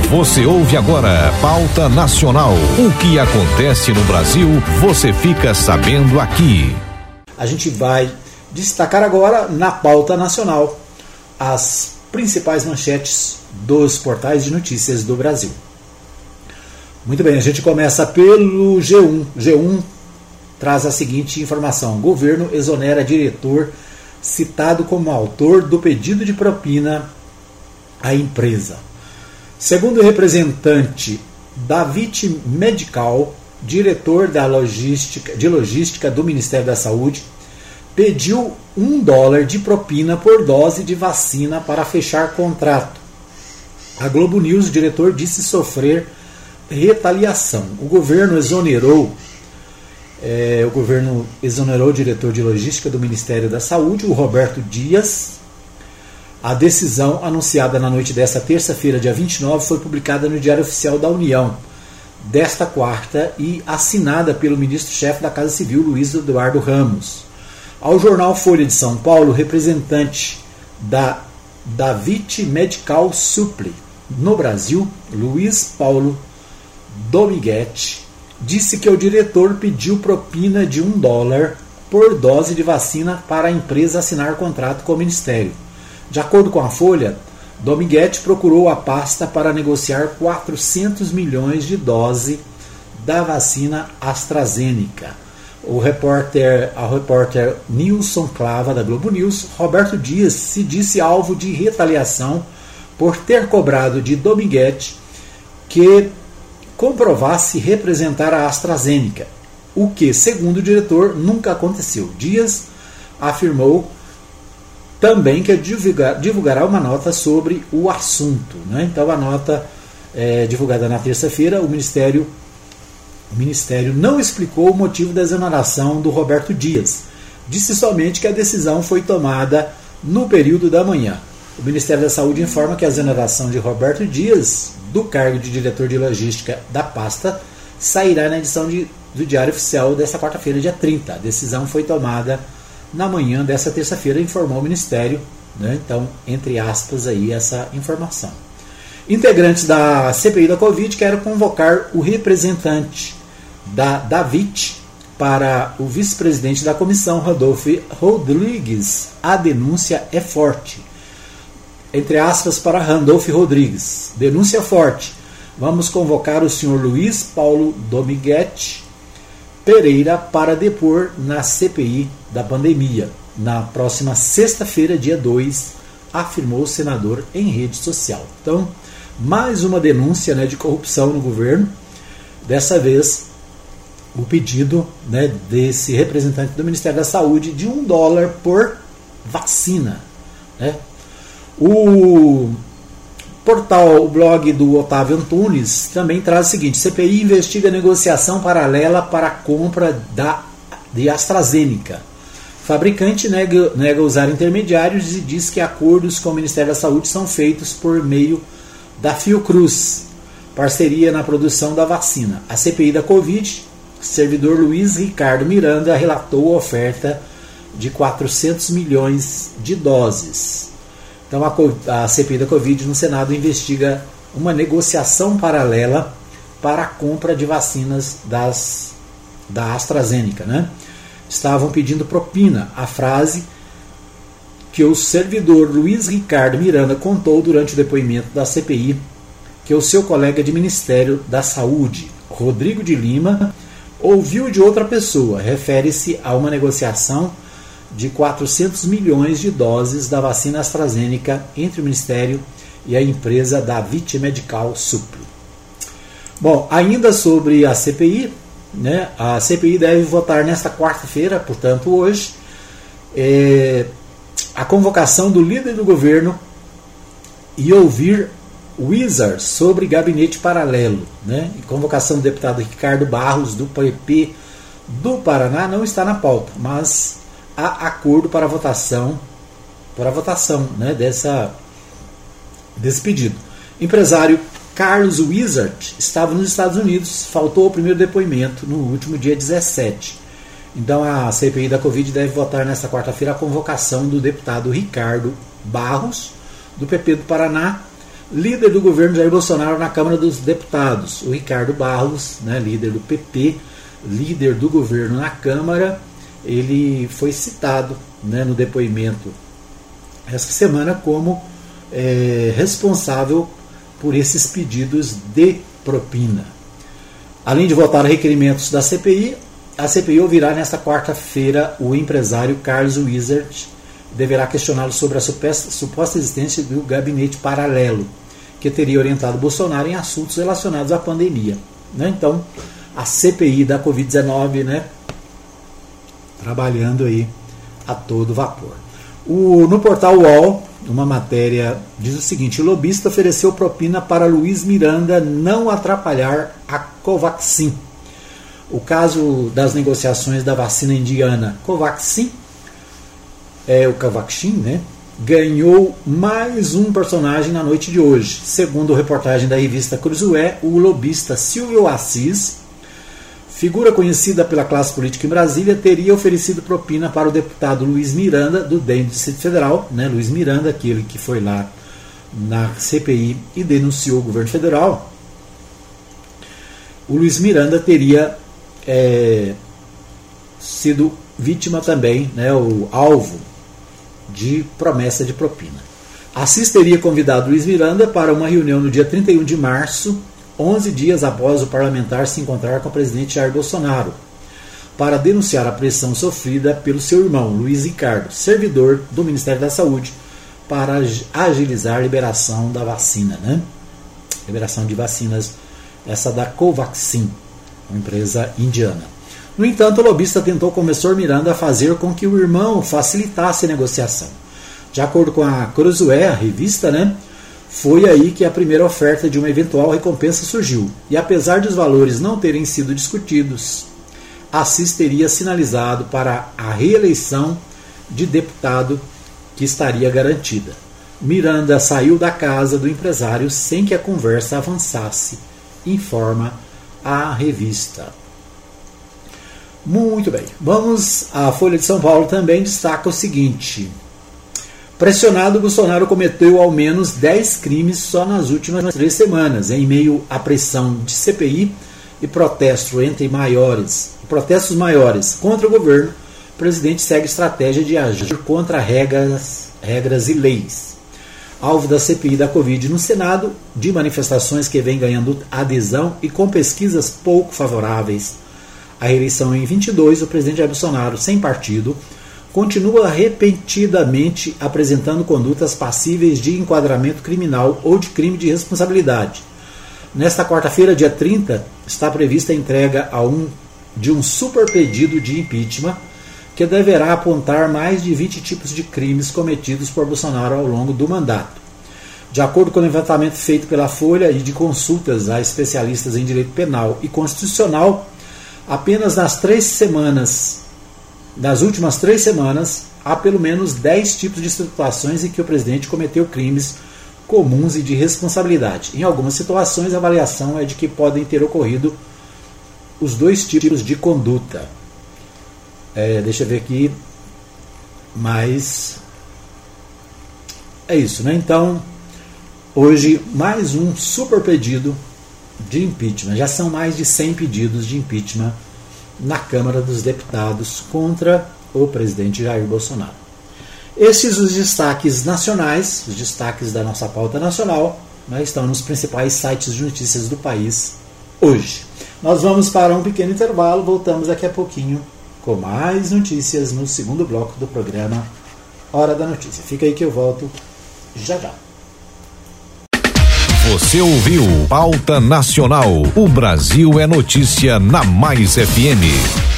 Você ouve agora Pauta Nacional. O que acontece no Brasil, você fica sabendo aqui. A gente vai destacar agora na Pauta Nacional as principais manchetes dos portais de notícias do Brasil. Muito bem, a gente começa pelo G1. G1 traz a seguinte informação: governo exonera diretor citado como autor do pedido de propina à empresa. Segundo o representante da VIT Medical, diretor de logística do Ministério da Saúde, pediu $1 de propina por dose de vacina para fechar contrato. A Globo News, o diretor disse sofrer retaliação. O governo exonerou o diretor de logística do Ministério da Saúde, o Roberto Dias. A decisão, anunciada na noite desta terça-feira, dia 29, foi publicada no Diário Oficial da União desta quarta e assinada pelo ministro-chefe da Casa Civil, Luiz Eduardo Ramos. Ao jornal Folha de São Paulo, o representante da VIT Medical Supply no Brasil, Luiz Paulo Dominguete, disse que o diretor pediu propina de $1 por dose de vacina para a empresa assinar contrato com o Ministério. De acordo com a Folha, Dominguete procurou a pasta para negociar 400 milhões de doses da vacina AstraZeneca. O repórter Nilson Clava, da Globo News, Roberto Dias se disse alvo de retaliação por ter cobrado de Dominguete que comprovasse representar a AstraZeneca, o que, segundo o diretor, nunca aconteceu. Dias afirmou também que divulgará uma nota sobre o assunto. Então, a nota divulgada na terça-feira, o Ministério não explicou o motivo da exoneração do Roberto Dias. Disse somente que a decisão foi tomada no período da manhã. O Ministério da Saúde informa que a exoneração de Roberto Dias do cargo de diretor de logística da pasta sairá na edição do Diário Oficial desta quarta-feira, dia 30. A decisão foi tomada na manhã dessa terça-feira, informou o Ministério, então, entre aspas, aí essa informação. Integrantes da CPI da Covid querem convocar o representante da VIT para o vice-presidente da comissão, Randolph Rodrigues. A denúncia é forte. Entre aspas, para Randolph Rodrigues. Denúncia forte. Vamos convocar o senhor Luiz Paulo Dominguete Pereira para depor na CPI da pandemia, na próxima sexta-feira, dia 2, afirmou o senador em rede social. Então, mais uma denúncia de corrupção no governo, dessa vez o pedido desse representante do Ministério da Saúde de $1 por vacina. O blog do Otávio Antunes também traz o seguinte: CPI investiga negociação paralela para a compra de AstraZeneca. Fabricante nega usar intermediários e diz que acordos com o Ministério da Saúde são feitos por meio da Fiocruz, parceria na produção da vacina. A CPI da Covid, servidor Luiz Ricardo Miranda relatou a oferta de 400 milhões de doses. Então, a CPI da Covid no Senado investiga uma negociação paralela para a compra de vacinas da AstraZeneca. Estavam pedindo propina. A frase que o servidor Luiz Ricardo Miranda contou durante o depoimento da CPI, que o seu colega de Ministério da Saúde, Rodrigo de Lima, ouviu de outra pessoa. Refere-se a uma negociação de 400 milhões de doses da vacina AstraZeneca entre o Ministério e a empresa da VIT Medical Supply. Bom, ainda sobre a CPI, a CPI deve votar nesta quarta-feira, portanto hoje, a convocação do líder do governo e ouvir Wizard sobre gabinete paralelo. E convocação do deputado Ricardo Barros, do PP do Paraná, não está na pauta, mas há acordo para a votação desse pedido. Empresário Carlos Wizard estava nos Estados Unidos, faltou o primeiro depoimento no último dia 17. Então a CPI da Covid deve votar nesta quarta-feira a convocação do deputado Ricardo Barros, do PP do Paraná, Líder do governo Jair Bolsonaro na Câmara dos Deputados, o Ricardo Barros, né, líder do PP, líder do governo na Câmara, ele foi citado, né, no depoimento essa semana como responsável por esses pedidos de propina. Além de votar requerimentos da CPI, a CPI ouvirá nesta quarta-feira o empresário Carlos Wizard, deverá questioná-lo sobre a suposta existência do gabinete paralelo, que teria orientado Bolsonaro em assuntos relacionados à pandemia. Né? Então, a CPI da Covid-19, né, trabalhando aí a todo vapor. No portal UOL, uma matéria diz o seguinte: o lobista ofereceu propina para Luiz Miranda não atrapalhar a Covaxin. O caso das negociações da vacina indiana Covaxin, o Covaxin, né, ganhou mais um personagem na noite de hoje. Segundo reportagem da revista Cruzoé, o lobista Silvio Assis, figura conhecida pela classe política em Brasília, teria oferecido propina para o deputado Luiz Miranda, do DEM do Distrito Federal, né, Luiz Miranda, aquele que foi lá na CPI e denunciou o governo federal. O Luiz Miranda teria sido vítima também, né, o alvo de promessa de propina. Assis teria convidado Luiz Miranda para uma reunião no dia 31 de março, 11 dias após o parlamentar se encontrar com o presidente Jair Bolsonaro, para denunciar a pressão sofrida pelo seu irmão, Luiz Ricardo, servidor do Ministério da Saúde, para agilizar a liberação da vacina, né? Liberação de vacinas, essa da Covaxin, uma empresa indiana. No entanto, o lobista tentou convencer Miranda a fazer com que o irmão facilitasse a negociação. De acordo com a Cruzoé, a revista, né, foi aí que a primeira oferta de uma eventual recompensa surgiu. E apesar dos valores não terem sido discutidos, Assis teria sinalizado para a reeleição de deputado que estaria garantida. Miranda saiu da casa do empresário sem que a conversa avançasse, informa a revista. Muito bem, vamos à Folha de São Paulo também destaca o seguinte: pressionado, Bolsonaro cometeu ao menos 10 crimes só nas últimas 3 semanas, em meio à pressão de CPI e protestos maiores contra o governo. O presidente segue estratégia de agir contra regras e leis. Alvo da CPI da Covid no Senado, de manifestações que vêm ganhando adesão e com pesquisas pouco favoráveis à reeleição em 22, o presidente Jair Bolsonaro, sem partido, continua repentinamente apresentando condutas passíveis de enquadramento criminal ou de crime de responsabilidade. Nesta quarta-feira, dia 30, está prevista a entrega de um super pedido de impeachment que deverá apontar mais de 20 tipos de crimes cometidos por Bolsonaro ao longo do mandato. De acordo com o levantamento feito pela Folha e de consultas a especialistas em direito penal e constitucional, apenas nas últimas 3 semanas, há pelo menos 10 tipos de situações em que o presidente cometeu crimes comuns e de responsabilidade. Em algumas situações, a avaliação é de que podem ter ocorrido os 2 tipos de conduta. Deixa eu ver aqui, mas é isso, né? Então, hoje, mais um super pedido de impeachment. Já são mais de 100 pedidos de impeachment na Câmara dos Deputados contra o presidente Jair Bolsonaro. Esses os destaques nacionais, os destaques da nossa pauta nacional, né, estão nos principais sites de notícias do país hoje. Nós vamos para um pequeno intervalo, voltamos daqui a pouquinho com mais notícias no segundo bloco do programa Hora da Notícia. Fica aí que eu volto já já. Você ouviu Pauta Nacional. O Brasil é notícia na Mais FM.